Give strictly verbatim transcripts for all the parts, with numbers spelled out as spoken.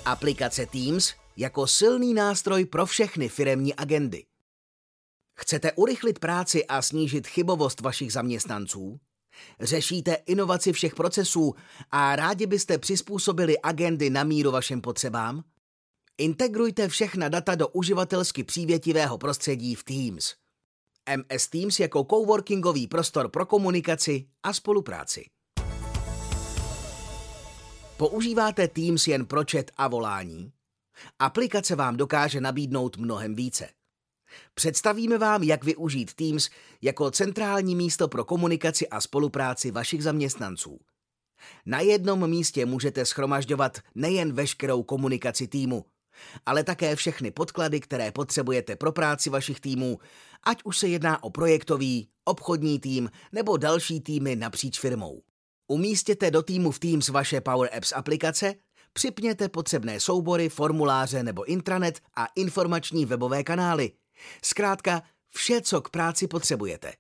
Aplikace Teams jako silný nástroj pro všechny firemní agendy. Chcete urychlit práci a snížit chybovost vašich zaměstnanců? Řešíte inovaci všech procesů a rádi byste přizpůsobili agendy na míru vašim potřebám? Integrujte všechna data do uživatelsky přívětivého prostředí v Teams. M S Teams jako coworkingový prostor pro komunikaci a spolupráci. Používáte Teams jen pro chat a volání? Aplikace vám dokáže nabídnout mnohem více. Představíme vám, jak využít Teams jako centrální místo pro komunikaci a spolupráci vašich zaměstnanců. Na jednom místě můžete shromažďovat nejen veškerou komunikaci týmu, ale také všechny podklady, které potřebujete pro práci vašich týmů, ať už se jedná o projektový, obchodní tým nebo další týmy napříč firmou. Umístěte do týmu v Teams vaše Power Apps aplikace, připněte potřebné soubory, formuláře nebo intranet a informační webové kanály. Zkrátka vše, co k práci potřebujete.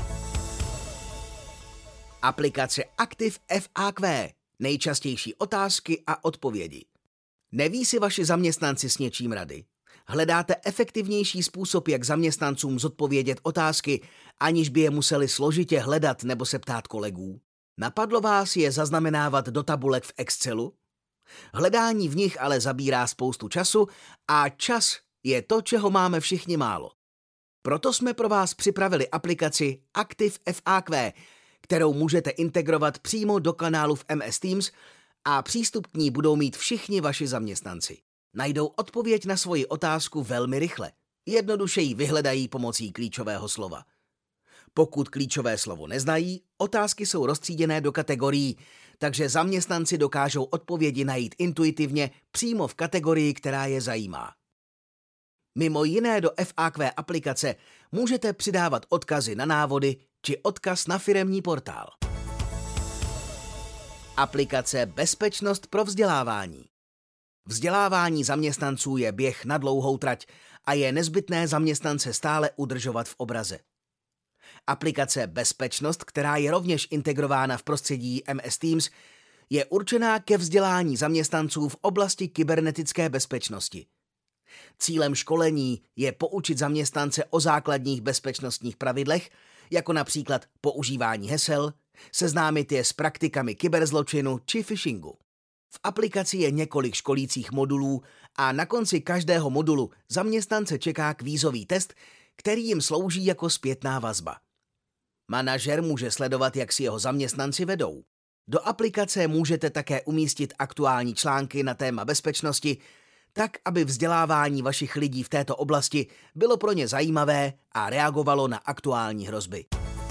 Aplikace Active F A Q. Nejčastější otázky a odpovědi. Neví si vaši zaměstnanci s něčím rady? Hledáte efektivnější způsob, jak zaměstnancům zodpovědět otázky, aniž by je museli složitě hledat nebo se ptát kolegů? Napadlo vás je zaznamenávat do tabulek v Excelu? Hledání v nich ale zabírá spoustu času a čas je to, čeho máme všichni málo. Proto jsme pro vás připravili aplikaci Active F A Q, kterou můžete integrovat přímo do kanálu v M S Teams a přístup k ní budou mít všichni vaši zaměstnanci. Najdou odpověď na svoji otázku velmi rychle. Jednoduše ji vyhledají pomocí klíčového slova. Pokud klíčové slovo neznají, otázky jsou roztříděné do kategorií, takže zaměstnanci dokážou odpovědi najít intuitivně přímo v kategorii, která je zajímá. Mimo jiné do F A Q aplikace můžete přidávat odkazy na návody či odkaz na firemní portál. Aplikace Bezpečnost pro vzdělávání. Vzdělávání zaměstnanců je běh na dlouhou trať a je nezbytné zaměstnance stále udržovat v obraze. Aplikace Bezpečnost, která je rovněž integrována v prostředí M S Teams, je určená ke vzdělání zaměstnanců v oblasti kybernetické bezpečnosti. Cílem školení je poučit zaměstnance o základních bezpečnostních pravidlech, jako například používání hesel, seznámit je s praktikami kyberzločinu či phishingu. V aplikaci je několik školících modulů a na konci každého modulu zaměstnance čeká kvízový test, který jim slouží jako zpětná vazba. Manažer může sledovat, jak si jeho zaměstnanci vedou. Do aplikace můžete také umístit aktuální články na téma bezpečnosti, tak, aby vzdělávání vašich lidí v této oblasti bylo pro ně zajímavé a reagovalo na aktuální hrozby.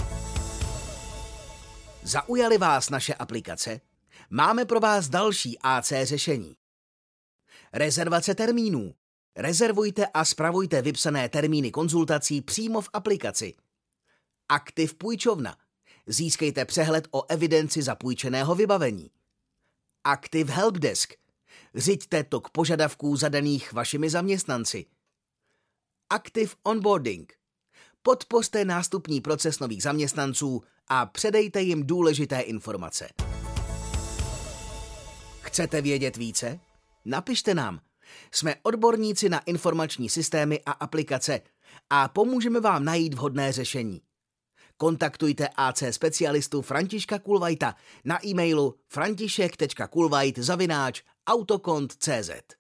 Zaujaly vás naše aplikace? Máme pro vás další A C řešení. Rezervace termínů. Rezervujte a spravujte vypsané termíny konzultací přímo v aplikaci. Active půjčovna. Získejte přehled o evidenci zapůjčeného vybavení. Active helpdesk. Řiďte tok požadavků zadaných vašimi zaměstnanci. Active onboarding. Podpořte nástupní proces nových zaměstnanců a předejte jim důležité informace. Chcete vědět více? Napište nám. Jsme odborníci na informační systémy a aplikace a pomůžeme vám najít vhodné řešení. Kontaktujte A C specialistu Františka Kulvajta na e-mailu františek tečka kulvajt zavináč autokont tečka cé zet.